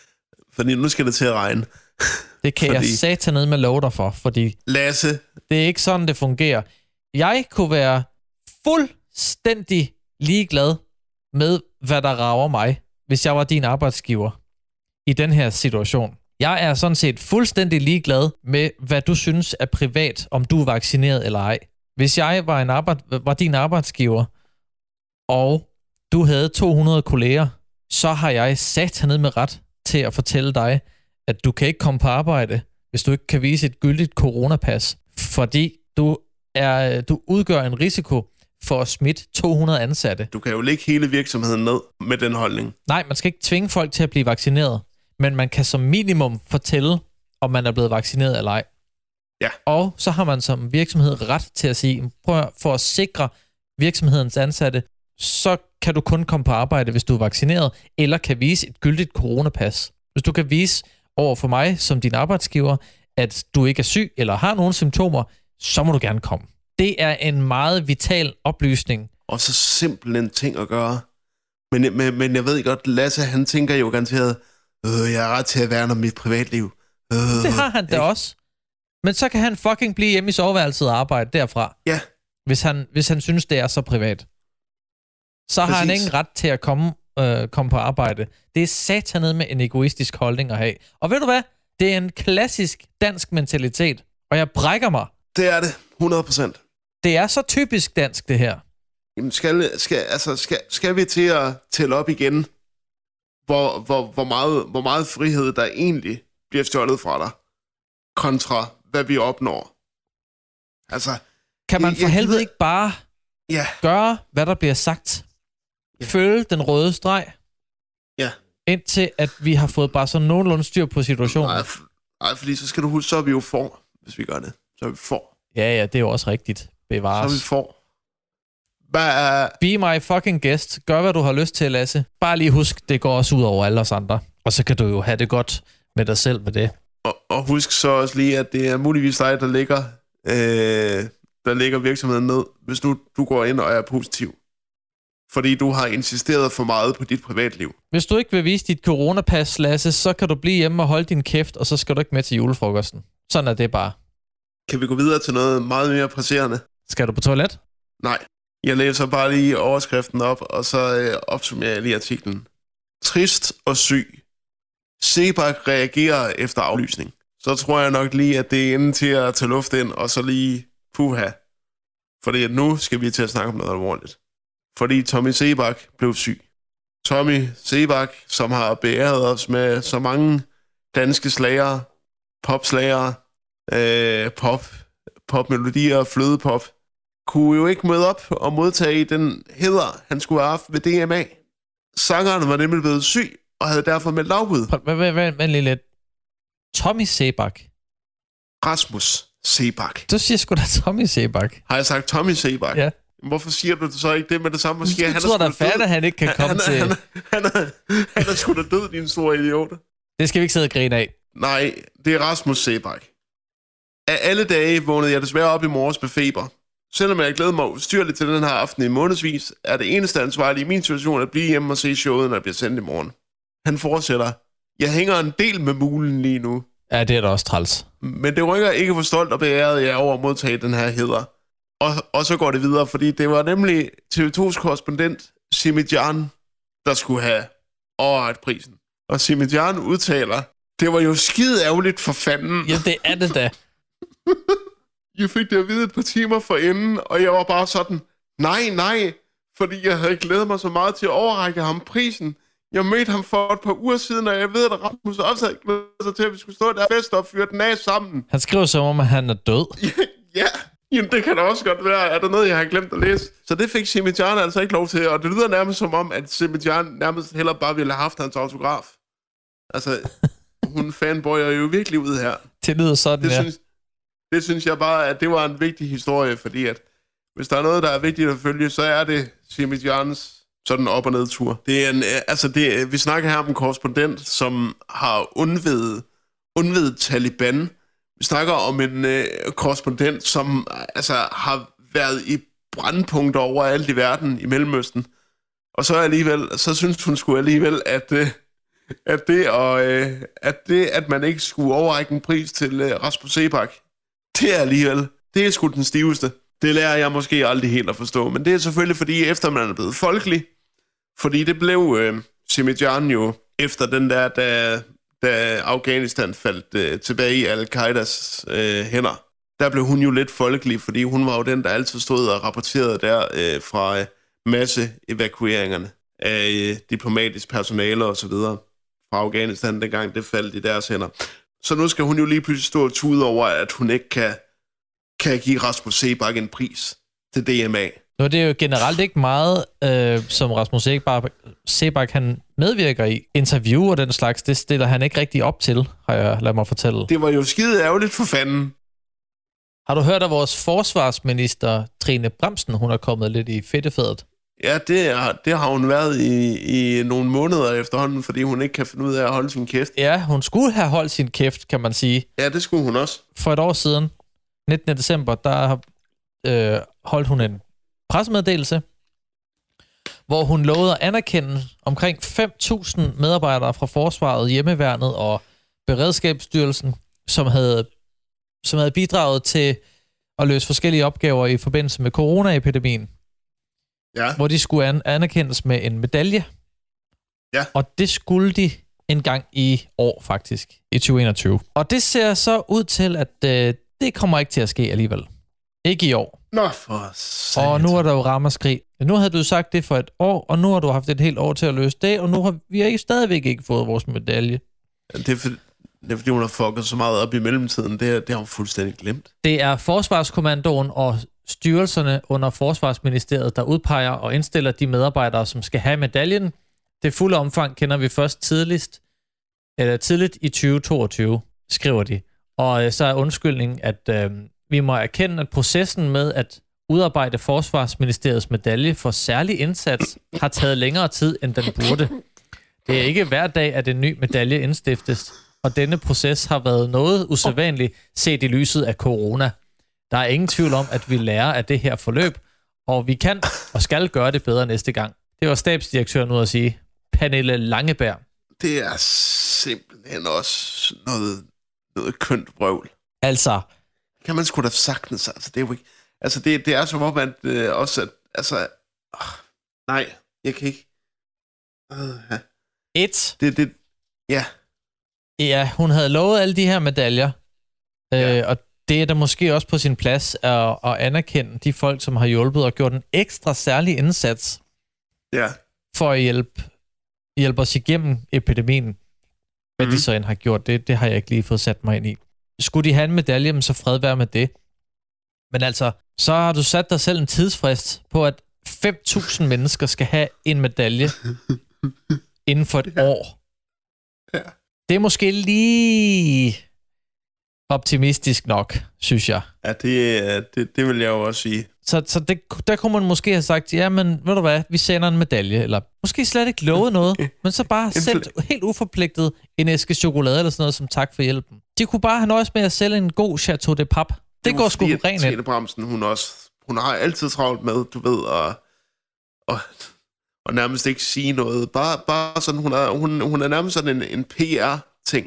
Fordi nu skal det til at regne. Det kan fordi... jeg satan ned med lov dig for, fordi... Lasse. Det er ikke sådan, det fungerer. Jeg kunne være fuldstændig ligeglad med, hvad der rager mig, hvis jeg var din arbejdsgiver i den her situation. Jeg er sådan set fuldstændig ligeglad med, hvad du synes er privat, om du er vaccineret eller ej. Hvis jeg var, en arbejde, var din arbejdsgiver, og du havde to hundrede kolleger, så har jeg sat ned med ret til at fortælle dig, at du kan ikke komme på arbejde, hvis du ikke kan vise et gyldigt coronapas, fordi du, er, du udgør en risiko for at smitte to hundrede ansatte. Du kan jo lægge hele virksomheden ned med den holdning. Nej, man skal ikke tvinge folk til at blive vaccineret, men man kan som minimum fortælle, om man er blevet vaccineret eller ej. Ja. Og så har man som virksomhed ret til at sige, prøv at, for at sikre virksomhedens ansatte, så kan du kun komme på arbejde, hvis du er vaccineret, eller kan vise et gyldigt coronapas. Hvis du kan vise over for mig som din arbejdsgiver, at du ikke er syg eller har nogle symptomer, så må du gerne komme. Det er en meget vital oplysning. Og så simpel en ting at gøre. Men, men, men jeg ved godt, Lasse, han tænker jo garanteret, øh, jeg har ret til at værne om mit privatliv. Øh, det har han da ikke? Også. Men så kan han fucking blive hjemme i soveværelset og arbejde derfra. Ja. Hvis han, hvis han synes, det er så privat. Så Præcis. Har han ingen ret til at komme, øh, komme på arbejde. Det er satanet med en egoistisk holdning at have. Og ved du hvad? Det er en klassisk dansk mentalitet. Og jeg brækker mig. Det er det. hundrede procent. Det er så typisk dansk, det her. Jamen, skal, skal, altså, skal, skal vi til at tælle op igen, hvor, hvor, hvor, meget, hvor meget frihed, der egentlig bliver stjålet fra dig, kontra hvad vi opnår? Altså, kan man for jeg, helvede jeg, ikke bare ja. gøre, hvad der bliver sagt? Ja. Følge den røde streg? Ja. Indtil at vi har fået bare sådan nogenlunde styr på situationen? Nej, f- nej, fordi så skal du huske, så er vi jo for, hvis vi gør det. Så er vi for. Ja, ja, det er jo også rigtigt. Bevares. Så er vi for. Hvad? Be my fucking guest. Gør, hvad du har lyst til, Lasse. Bare lige husk, det går også ud over alle os andre. Og så kan du jo have det godt med dig selv med det. Og, og husk så også lige, at det er muligvis dig, der ligger, øh, der ligger virksomheden ned, hvis nu du går ind og er positiv. Fordi du har insisteret for meget på dit privatliv. Hvis du ikke vil vise dit coronapas, Lasse, så kan du blive hjemme og holde din kæft, og så skal du ikke med til julefrokosten. Sådan er det bare. Kan vi gå videre til noget meget mere presserende? Skal du på toilet? Nej. Jeg læser bare lige overskriften op, og så øh, opsummerer jeg lige artiklen. Trist og syg. Sebak reagerer efter aflysning. Så tror jeg nok lige, at det er inde til at tage luft ind, og så lige puha. Fordi nu skal vi til at snakke om noget alvorligt. Fordi Tommy Sebak blev syg. Tommy Sebak, som har beæret os med så mange danske slagere, popslagere, øh, pop, popmelodier, flødepop, kunne jo ikke møde op og modtage den hæder, han skulle have haft ved D M A. Sangeren var nemlig blevet syg, og havde derfor meldt afbud. Vent lige lidt. Tommy Sebak? Rasmus Sebak. Du siger sgu da Tommy Sebak. Har jeg sagt Tommy Sebak? Ja. Hvorfor siger du så ikke det med det samme? Måske, du han tror da fanden, at han ikke kan han, komme han, til... Han, han, han, han, han er sgu da død, din store idiot. Det skal vi ikke sidde og grine af. Nej, det er Rasmus Sebak. Af alle dage vågnede jeg desværre op i morges med feber. Selvom jeg glæder mig ustyrligt til den her aften i månedsvis, er det eneste ansvarlige i min situation at blive hjemme og se showet, når det bliver sendt i morgen. Han fortsætter. Jeg hænger en del med mulen lige nu. Ja, det er da også træls. Men det rykker ikke for stolt og beæret jeg over at modtage den her hæder. Og, og så går det videre, fordi det var nemlig T V to's korrespondent, Simidjan, der skulle have overragt prisen. Og Simidjan udtaler, det var jo skide ærgerligt for fanden. Ja, det er det da. Jeg fik det at vide et par timer forinden, og jeg var bare sådan, nej, nej, fordi jeg havde glædet mig så meget til at overrække ham prisen. Jeg mødte ham for et par uger siden, og jeg ved, at Rasmus også havde glædet sig til, at vi skulle stå der fest og fyre den af sammen. Han skriver som om, at han er død. Ja, ja. Jamen, det kan da også godt være. Er der noget, jeg har glemt at læse? Så det fik Simidjan altså ikke lov til, og det lyder nærmest som om, at Simidjan nærmest heller bare ville have haft hans autograf. Altså, hun fanboyer jo virkelig ud her. Det lyder sådan, det ja. Synes, det synes jeg bare, at det var en vigtig historie, fordi at hvis der er noget, der er vigtigt at følge, så er det Simidjans sådan op- og ned-tur. Det er en, altså det, vi snakker her om en korrespondent, som har undvedet, undvedet Taliban. Vi snakker om en øh, korrespondent, som altså, har været i brandpunkter overalt i verden, i Mellemøsten. Og så alligevel, så synes hun sgu alligevel, at, øh, at, det, og, øh, at det, at man ikke skulle overrække en pris til øh, Rasmus Sebak, det er alligevel, det er sgu den stiveste. Det lærer jeg måske aldrig helt at forstå, men det er selvfølgelig fordi, efter man er blevet folkelig, fordi det blev øh, Simidjan jo, efter den der, da, da Afghanistan faldt øh, tilbage i Al-Qaidas øh, hænder, der blev hun jo lidt folkelig, fordi hun var jo den, der altid stod og rapporterede der øh, fra øh, masse-evakueringerne af øh, diplomatisk personale og så videre fra Afghanistan, dengang det faldt i deres hænder. Så nu skal hun jo lige pludselig stå og tude over, at hun ikke kan, kan give Rasmus Sebak en pris til D M A. Nu er det jo generelt ikke meget, øh, som Rasmus Seebach han medvirker i. Interview og den slags, det stiller han ikke rigtig op til, har jeg ladet mig fortælle. Det var jo skide ærgerligt for fanden. Har du hørt, at vores forsvarsminister, Trine Bramsen, hun er kommet lidt i fedtefædet? Ja, det, er, det har hun været i, i nogle måneder efterhånden, fordi hun ikke kan finde ud af at holde sin kæft. Ja, hun skulle have holdt sin kæft, kan man sige. Ja, det skulle hun også. For et år siden, nittende december, der øh, holdt hun en pressemeddelelse, hvor hun lovede at anerkende omkring fem tusind medarbejdere fra Forsvaret, Hjemmeværnet og Beredskabsstyrelsen, som havde, som havde bidraget til at løse forskellige opgaver i forbindelse med coronaepidemien. Ja. Hvor de skulle an- anerkendes med en medalje. Ja. Og det skulle de en gang i år, faktisk, i tyve enogtyve. Og det ser så ud til, at øh, det kommer ikke til at ske alligevel. Ikke i år. Nå, for satan. Og nu er der jo ramaskrig. Nu havde du sagt det for et år, og nu har du haft et helt år til at løse det, og nu har vi ikke stadigvæk ikke fået vores medalje. Det er, for, det er fordi, hun har fucket så meget op i mellemtiden. Det, det har hun fuldstændig glemt. Det er Forsvarskommandoen og styrelserne under Forsvarsministeriet, der udpeger og indstiller de medarbejdere, som skal have medaljen. Det fulde omfang kender vi først tidligst, eller tidligt i tyve toogtyve, skriver de. Og øh, så er undskyldningen, at øh, vi må erkende, at processen med at udarbejde Forsvarsministeriets medalje for særlig indsats har taget længere tid, end den burde. Det er ikke hver dag, at en ny medalje indstiftes, og denne proces har været noget usædvanligt set i lyset af corona. Der er ingen tvivl om, at vi lærer af det her forløb, og vi kan og skal gøre det bedre næste gang. Det var stabsdirektøren ud at sige. Pernille Langeberg. Det er simpelthen også noget, noget kønt vrøvl. Altså. Kan man sgu da sagtens, altså det er jo ikke... Altså det, det er som om, at øh, også, at, altså... Øh, nej, jeg kan ikke... Øh, ja. Et. Det, det, ja. Ja, hun havde lovet alle de her medaljer, ja. øh, og det er da måske også på sin plads at, at anerkende de folk, som har hjulpet og gjort en ekstra særlig indsats ja. for at hjælpe, hjælpe os igennem epidemien. Hvad mm. de så end har gjort, det, det har jeg ikke lige fået sat mig ind i. Skulle de have en medalje, men så fred være med det. Men altså, så har du sat dig selv en tidsfrist på, at fem tusind mennesker skal have en medalje inden for et ja. år. Ja. Det er måske lige optimistisk nok, synes jeg. Ja, det, det, det vil jeg jo også sige. Så, så det, der kunne man måske have sagt, ja, men ved du hvad, vi sender en medalje, eller måske slet ikke lovet noget, men så bare sendt helt uforpligtet en æske chokolade eller sådan noget som tak for hjælpen. De kunne bare have nøjes med at sælge en god Chateau de Pape. Det, det går sgu rent ind. Trine Bramsen, hun også, hun har altid travlt med, du ved, og, og, og nærmest ikke sige noget. Bare, bare sådan, hun er, hun, hun er nærmest sådan en, en P R-ting.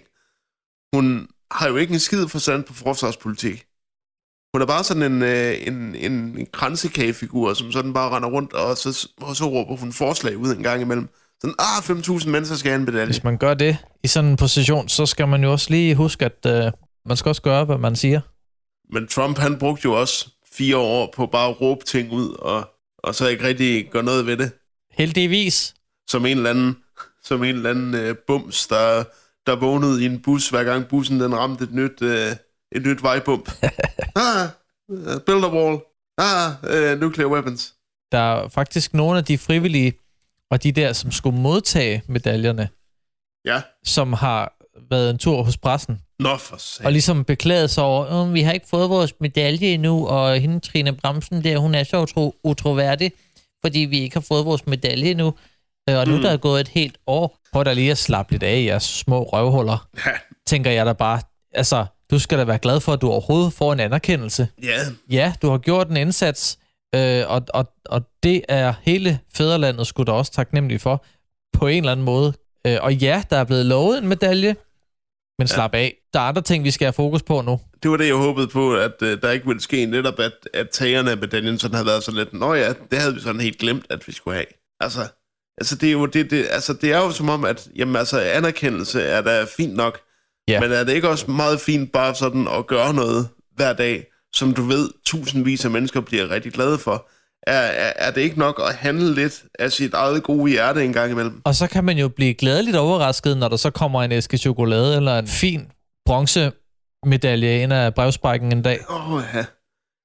Hun har jo ikke en skid forstand på forsvarspolitik. Hun er bare sådan en, en, en, en kransekagefigur, som sådan bare render rundt, og så, og så råber hun forslag ud en gang imellem. Sådan, ah, fem tusind mennesker skal have en medalje. Hvis man gør det i sådan en position, så skal man jo også lige huske, at øh, man skal også gøre, hvad man siger. Men Trump, han brugte jo også fire år på bare at råbe ting ud, og, og så ikke rigtig gøre noget ved det. Heldigvis. Som en eller anden, som en eller anden øh, bums, der, der vågnede i en bus, hver gang bussen den ramte et nyt, øh, et nyt vejbump. ah, build a wall. Ah, uh, nuclear weapons. Der er faktisk nogle af de frivillige, og de der, som skulle modtage medaljerne, ja. som har været en tur hos pressen. Nå, for satan. Og ligesom beklaget sig over, vi har ikke fået vores medalje endnu, og hende Trine Bramsen der, hun er så utro, utroværdig, fordi vi ikke har fået vores medalje endnu. Og nu mm. der er gået et helt år. Prøv da lige at slappe lidt af i jeres små røvhuller. Ja. Tænker jeg da bare, altså, du skal da være glad for, at du overhovedet får en anerkendelse. Ja. Ja, du har gjort en indsats, øh, og, og, og det er hele fædrelandet skulle da også taknemmelig for, på en eller anden måde. Øh, og ja, der er blevet lovet en medalje, men ja. slap af. Der er andre ting, vi skal have fokus på nu. Det var det, jeg håbede på, at uh, der ikke ville ske netop, at, at tagerne af medaljen sådan havde været så lidt. Nå ja, det havde vi sådan helt glemt, at vi skulle have. Altså, altså, det, er jo, det, det, altså, det er jo som om, at jamen, altså, anerkendelse er da fint nok, ja. Men er det ikke også meget fint bare sådan at gøre noget hver dag, som du ved, tusindvis af mennesker bliver rigtig glade for? Er, er, er det ikke nok at handle lidt af sit eget gode hjerte en gang imellem? Og så kan man jo blive glædeligt overrasket, når der så kommer en æske chokolade eller en fin bronzemedalje ind af brevsprækken en dag. Åh, oh, ja.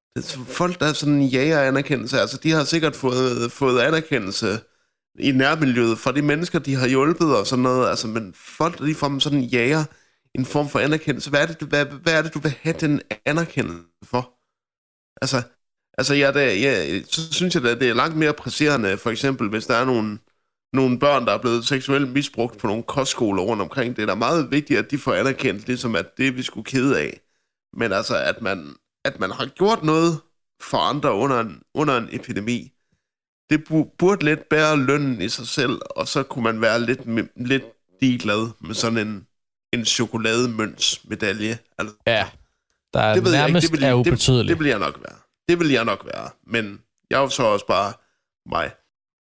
folk, der er sådan jager anerkendelse, altså de har sikkert fået, fået anerkendelse i nærmiljøet fra de mennesker, de har hjulpet og sådan noget, altså, men folk, der ligefrem sådan jager en form for anerkendelse. Hvad er det, du, hvad, hvad er det, du vil have den anerkendelse for? Altså, altså ja, det, ja, så synes jeg, at det er langt mere presserende, for eksempel, hvis der er nogle, nogle børn, der er blevet seksuelt misbrugt på nogle kostskoler rundt omkring. Det er da meget vigtigt, at de får anerkendt, ligesom at det vi skulle kede af. Men altså, at man, at man har gjort noget for andre under en, under en epidemi, det burde lidt bære lønnen i sig selv, og så kunne man være lidt, lidt ligeglad med sådan en, en chokolademønsmedalje. Altså, ja, der er det nærmest det vil, er ubetydeligt. Det, det vil jeg nok være. Det vil jeg nok være. Men jeg er jo så også bare mig.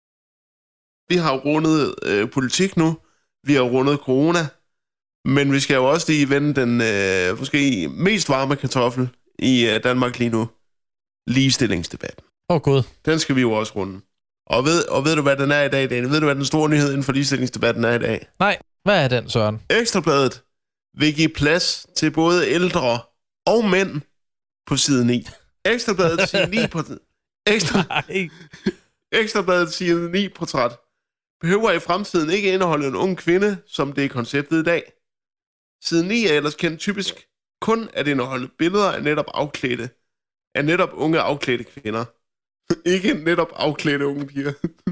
Vi har jo rundet øh, politik nu. Vi har rundet corona. Men vi skal jo også lige vende den øh, måske mest varme kartoffel i øh, Danmark lige nu. Ligestillingsdebatten. Åh oh, gud. Den skal vi jo også runde. Og ved, og ved du, hvad den er i dag, Daniel? Ved du, hvad den store nyhed inden for ligestillingsdebatten er i dag? Nej, hvad er den, Søren? Ekstrabladet vil give plads til både ældre og mænd på side ni. Ekstrabladet siger ni på Ekstra... Ekstrabladet siger ni portræt behøver i fremtiden ikke indeholde en ung kvinde, som det er konceptet i dag. Side ni er ellers kendt typisk kun at indeholde billeder af netop afklædte, af netop unge afklædte kvinder. Ikke netop afklædte unge piger.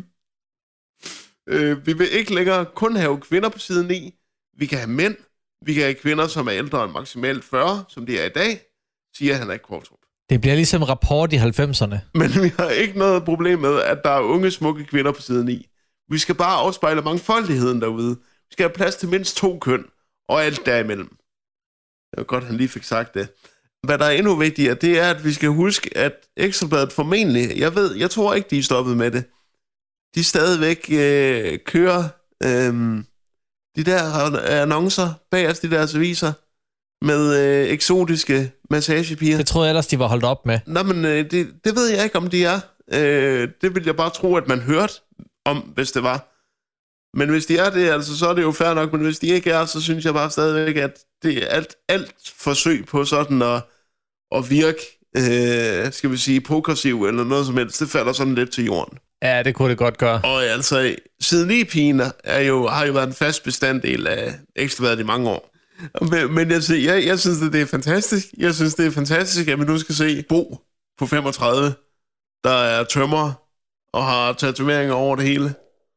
øh, vi vil ikke længere kun have kvinder på side ni. Vi kan have mænd. Vi kan have kvinder, som er ældre end maksimalt fyrre, som de er i dag, siger Henrik Qvortrup. Det bliver ligesom rapport i halvfemserne. Men vi har ikke noget problem med, at der er unge, smukke kvinder på side ni. Vi skal bare afspejle mangfoldigheden derude. Vi skal have plads til mindst to køn, og alt derimellem. Det var godt, han lige fik sagt det. Hvad der er endnu vigtigere, det er, at vi skal huske, at Ekstrabladet formentlig, jeg ved, jeg tror ikke, de er stoppet med det. De stadigvæk øh, kører øh, de der annoncer bag os, de der aviser, med øh, eksotiske massagepiger. Det troede jeg ellers, de var holdt op med. Nå, men øh, det, det ved jeg ikke, om de er. Øh, det vil jeg bare tro, at man hørte om, hvis det var. Men hvis de er det, altså, så er det jo fair nok. Men hvis de ikke er, så synes jeg bare stadigvæk, at det er alt, alt forsøg på sådan at, at virke, øh, skal vi sige, progressiv eller noget som helst. Det falder sådan lidt til jorden. Ja, det kunne det godt gøre. Og altså, side ni-pigen er jo, har jo været en fast bestanddel af Ekstrabladet i mange år. Men, men jeg, jeg, jeg synes, at det er fantastisk. Jeg synes, det er fantastisk, at man nu skal se Bo på femogtredive, der er tømrer og har tatoveringer over det hele.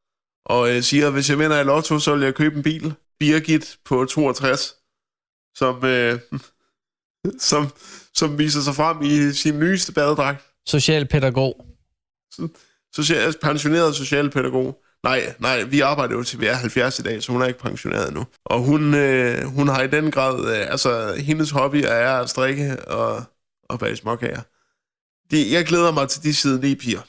Og øh, siger, at hvis jeg vinder i lotto, så vil jeg købe en bil. Birgit på toogtres, som, øh, som, som viser sig frem i sin nyeste badedragt. Socialpædagog. Social, pensioneret socialpædagog. Nej, nej, vi arbejder jo til vi er halvfjerds i dag, så hun er ikke pensioneret endnu. Og hun, øh, hun har i den grad, øh, altså hendes hobby er at strikke og, og bage småkager. De, jeg glæder mig til de side ni piger.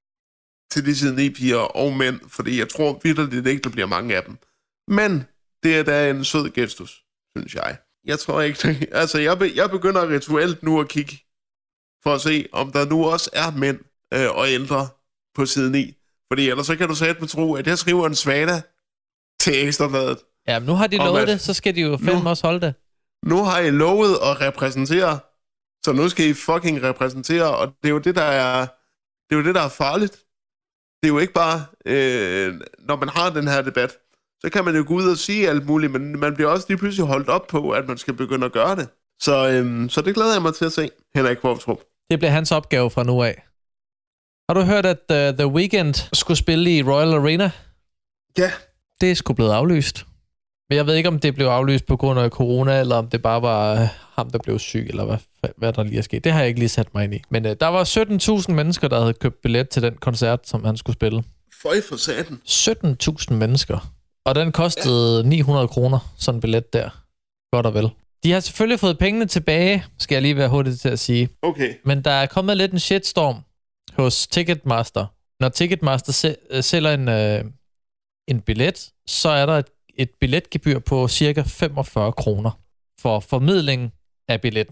Til de side ni piger og mænd, fordi jeg tror vitterligt ikke, der bliver mange af dem. Men det er da en sød gestus, synes jeg. Jeg tror ikke, altså jeg, be, jeg begynder rituelt nu at kigge, for at se, om der nu også er mænd øh, og ældre på side ni. Fordi ellers så kan du sætte med tro, at jeg skriver en svada til Ekstrabladet. Ja, men nu har de lovet at, det, så skal de jo fandme også holde det. Nu har I lovet at repræsentere, så nu skal I fucking repræsentere, og det er jo det, der er, det er, jo det, der er farligt. Det er jo ikke bare, øh, når man har den her debat, så kan man jo gå ud og sige alt muligt, men man bliver også lige pludselig holdt op på, at man skal begynde at gøre det. Så, øh, så det glæder jeg mig til at se, Henrik Qvortrup. Det bliver hans opgave fra nu af. Har du hørt, at uh, The Weeknd skulle spille i Royal Arena? Ja. Det er sgu blevet aflyst. Men jeg ved ikke, om det blev aflyst på grund af corona, eller om det bare var uh, ham, der blev syg, eller hvad, hvad der lige er sket. Det har jeg ikke lige sat mig ind i. Men uh, der var sytten tusind mennesker, der havde købt billet til den koncert, som han skulle spille. Føj for satan. sytten tusind mennesker. Og den kostede ja. ni hundrede kroner, sådan en billet der. Godt og vel. De har selvfølgelig fået pengene tilbage, skal jeg lige være hurtigt til at sige. Okay. Men der er kommet lidt en shitstorm hos Ticketmaster. Når Ticketmaster sæ- sælger en, øh, en billet, så er der et, et billetgebyr på cirka femogfyrre kroner for formidling af billetten.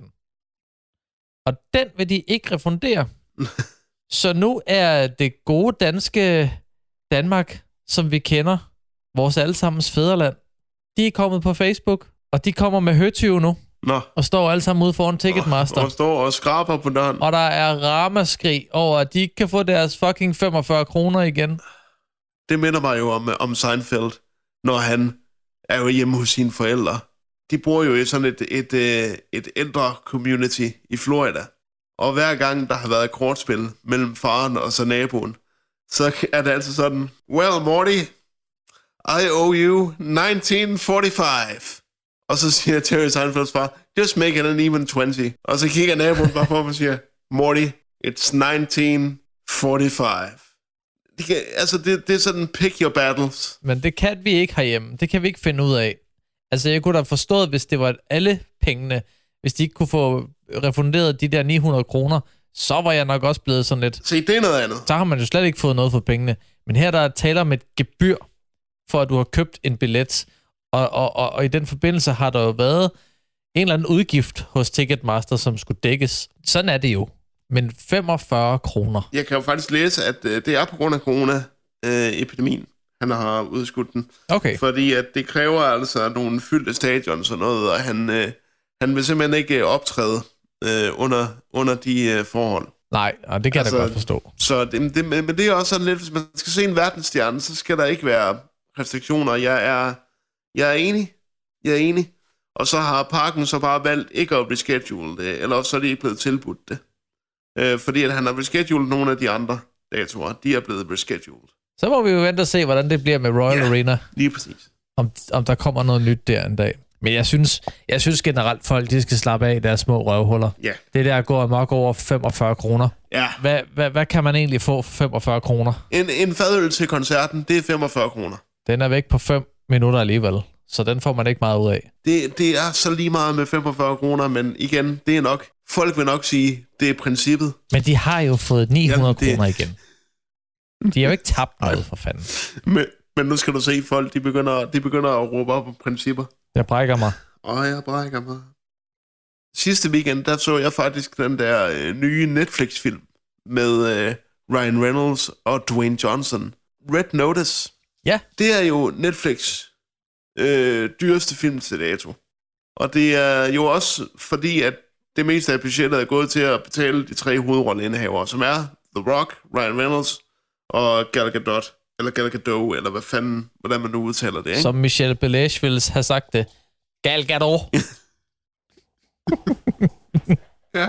Og den vil de ikke refundere. Så nu er det gode danske Danmark, som vi kender, vores allesammens fædreland, de er kommet på Facebook, og de kommer med høtyve nu. Nå. Og står alle sammen ude foran Ticketmaster. Og står og skraber på døren. Og der er ramaskrig over, at de ikke kan få deres fucking femogfyrre kroner igen. Det minder mig jo om, om Seinfeld, når han er jo hjemme hos sine forældre. De bor jo i sådan et, et, et, et ældre community i Florida. Og hver gang der har været et kortspil mellem faren og så naboen, så er det altså sådan, well, Morty, I owe you nineteen forty-five. Og så siger Jerry Seinfelds far, just make it an even twenty. Og så kigger naboen bare på og siger, Morty, it's nineteen forty-five. Det kan, altså, det, det er sådan, pick your battles. Men det kan vi ikke herhjemme. Det kan vi ikke finde ud af. Altså, jeg kunne da forstået, hvis det var alle pengene, hvis de ikke kunne få refunderet de der ni hundrede kroner, så var jeg nok også blevet sådan lidt... Se, det er noget andet. Så har man jo slet ikke fået noget for pengene. Men her der er taler om et gebyr, for at du har købt en billet. Og, og, og, og i den forbindelse har der jo været en eller anden udgift hos Ticketmaster, som skulle dækkes. Sådan er det jo. Men femogfyrre kroner. Jeg kan jo faktisk læse, at øh, det er på grund af corona-epidemien, øh, han har udskudt den. Okay. Fordi at det kræver altså nogle fyldte stadions og noget, og han, øh, han vil simpelthen ikke optræde øh, under, under de øh, forhold. Nej, og det kan altså, jeg da godt forstå. Så det, det, men det er også sådan lidt, hvis man skal se en verdensstjerne, så skal der ikke være restriktioner. Jeg er, jeg er enig. Jeg er enig. Og så har parken så bare valgt ikke at reschedule det, eller så er de ikke blevet tilbudt det. Øh, fordi at han har rescheduled nogle af de andre datoer. De er blevet rescheduled. Så må vi jo vente og se, hvordan det bliver med Royal ja, Arena. Lige præcis. Om, om der kommer noget nyt der en dag. Men jeg synes, jeg synes generelt, folk de skal slappe af i deres små røvhuller. Ja. Det der går amok over femogfyrre kroner. Ja. Hvad, hvad, hvad kan man egentlig få for femogfyrre kroner? En, en fadøl til koncerten, det er femogfyrre kroner. Den er væk på fem minutter alligevel. Så den får man ikke meget ud af. Det, det er så lige meget med femogfyrre kroner, men igen, det er nok. Folk vil nok sige, det er princippet. Men de har jo fået ni hundrede Jamen, det... kroner igen. De har jo ikke tabt noget, for fanden. Men, men nu skal du se, folk de begynder, de begynder at råbe op på principper. Jeg brækker mig. Åh, jeg brækker mig. Sidste weekend, der så jeg faktisk den der øh, nye Netflix-film med øh, Ryan Reynolds og Dwayne Johnson. Red Notice. Ja. Det er jo Netflix øh, dyreste film til dato. Og det er jo også fordi, at det meste af budgettet er gået til at betale de tre hovedrolleindehavere, som er The Rock, Ryan Reynolds og Gal Gadot. Eller Gal Gadot, eller hvad fanden, hvordan man nu udtaler det, ikke? Som Michelle Belæge ville have sagt det. Gal Gadot. Ja.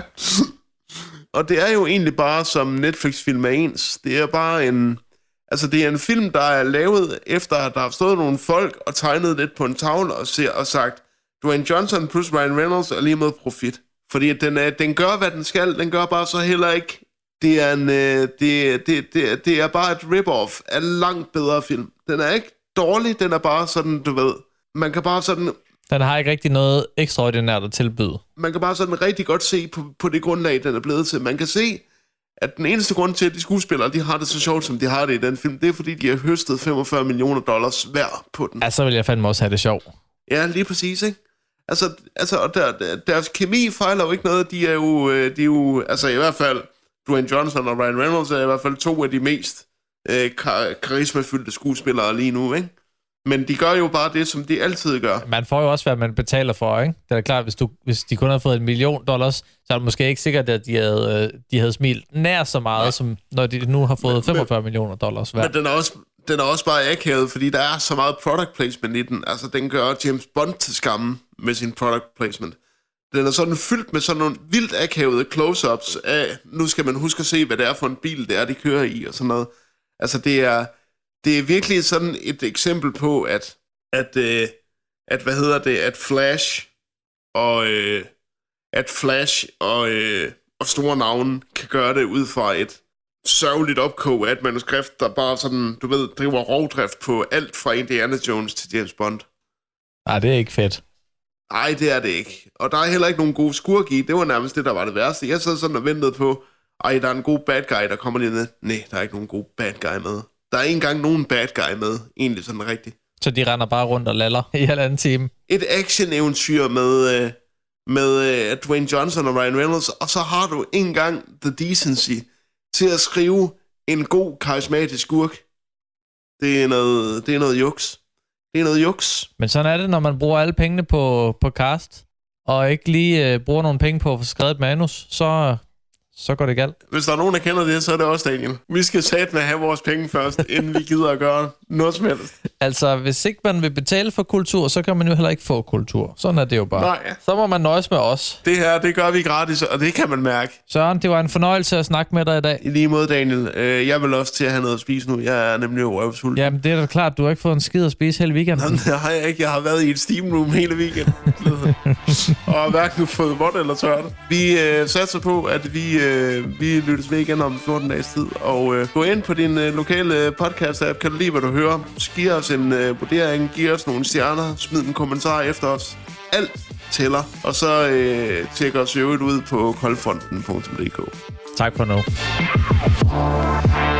Og det er jo egentlig bare, som Netflix-film er ens. Det er bare en... Altså, det er en film, der er lavet efter, at der har stået nogle folk og tegnet lidt på en tavle og, ser, og sagt, Dwayne Johnson plus Ryan Reynolds er lige med profit. Fordi den, er, den gør, hvad den skal. Den gør bare så heller ikke... Det er, en, øh, det, det, det, det er bare et rip-off af langt bedre film. Den er ikke dårlig, den er bare sådan, du ved... Man kan bare sådan... Den har ikke rigtig noget ekstraordinært at tilbyde. Man kan bare sådan rigtig godt se på, på det grundlag, den er blevet til. Man kan se, at den eneste grund til, at de skuespillere de har det så sjovt, som de har det i den film, det er, fordi de har høstet femogfyrre millioner dollars hver på den. Ja, så vil jeg fandme også have det sjovt. Ja, lige præcis, ikke? Altså, altså og der, deres kemi fejler jo ikke noget. De er jo, de er jo, altså i hvert fald, Dwayne Johnson og Ryan Reynolds er i hvert fald to af de mest øh, kar- karismafyldte skuespillere lige nu, ikke? Men de gør jo bare det, som de altid gør. Man får jo også, hvad man betaler for, ikke? Det er klart, hvis, du, hvis de kun har fået en million dollars, så er det måske ikke sikkert, at de havde, de havde smilt nær så meget, ja. Som når de nu har fået men, femogfyrre millioner dollars hver. Men den er, også, den er også bare akavet, fordi der er så meget product placement i den. Altså, den gør James Bond til skamme med sin product placement. Den er sådan fyldt med sådan nogle vildt akavede close-ups af, nu skal man huske at se, hvad det er for en bil, det er, de kører i, og sådan noget. Altså, det er... Det er virkelig sådan et eksempel på, at, at, øh, at hvad hedder det, at Flash og, øh, at Flash og, øh, og store navne kan gøre det ud fra et sørgeligt opkog af et manuskript, der bare sådan, du ved, driver rovdrift på alt fra Indiana Jones til James Bond. Nej, det er ikke fedt. Nej, det er det ikke. Og der er heller ikke nogen gode skurke i. Det var nærmest det, der var det værste. Jeg sad sådan og ventede på, ej, der er en god bad guy, der kommer lige ned. Nej, der er ikke nogen god bad guy med. Der er ikke engang nogen bad guy med, egentlig sådan rigtigt. Så de render bare rundt og laller i halvanden time? Et action-eventyr med, øh, med øh, Dwayne Johnson og Ryan Reynolds, og så har du ikke engang the decency til at skrive en god, karismatisk skurk. Det er noget, det er noget juks. Det er noget juks. Men sådan er det, når man bruger alle pengene på, på cast, og ikke lige øh, bruger nogle penge på at få skrevet et manus, så, så går det galt. Hvis der er nogen, der kender det, så er det også Daniel. Vi skal satme have vores penge først, inden vi gider at gøre noget som helst. Altså, hvis ikke man vil betale for kultur, så kan man jo heller ikke få kultur. Sådan er det jo bare. Nej. Så må man nøjes med os. Det her, det gør vi gratis, og det kan man mærke. Søren, det var en fornøjelse at snakke med dig i dag. I lige måde, Daniel. Jeg vil også til at have noget at spise nu. Jeg er nemlig jo røvsulten. Jamen, det er da klart. Du har ikke fået en skid at spise hele weekenden. Det har jeg ikke. Jeg har været i et steam room hele weekenden. Og har hverken fået vådt eller tørt. Vi øh, satser på, at vi, øh, vi lyttes ved igen om fjorten dages tid. Og øh, gå ind på din øh, lokale podcast-app. Kan du lide, hvad du hører? Giv os en øh, vurdering. Giv os nogle stjerner. Smid en kommentar efter os. Alt tæller. Og så øh, tjek os øvrigt ud på koldfronten punktum d k. Tak for nu.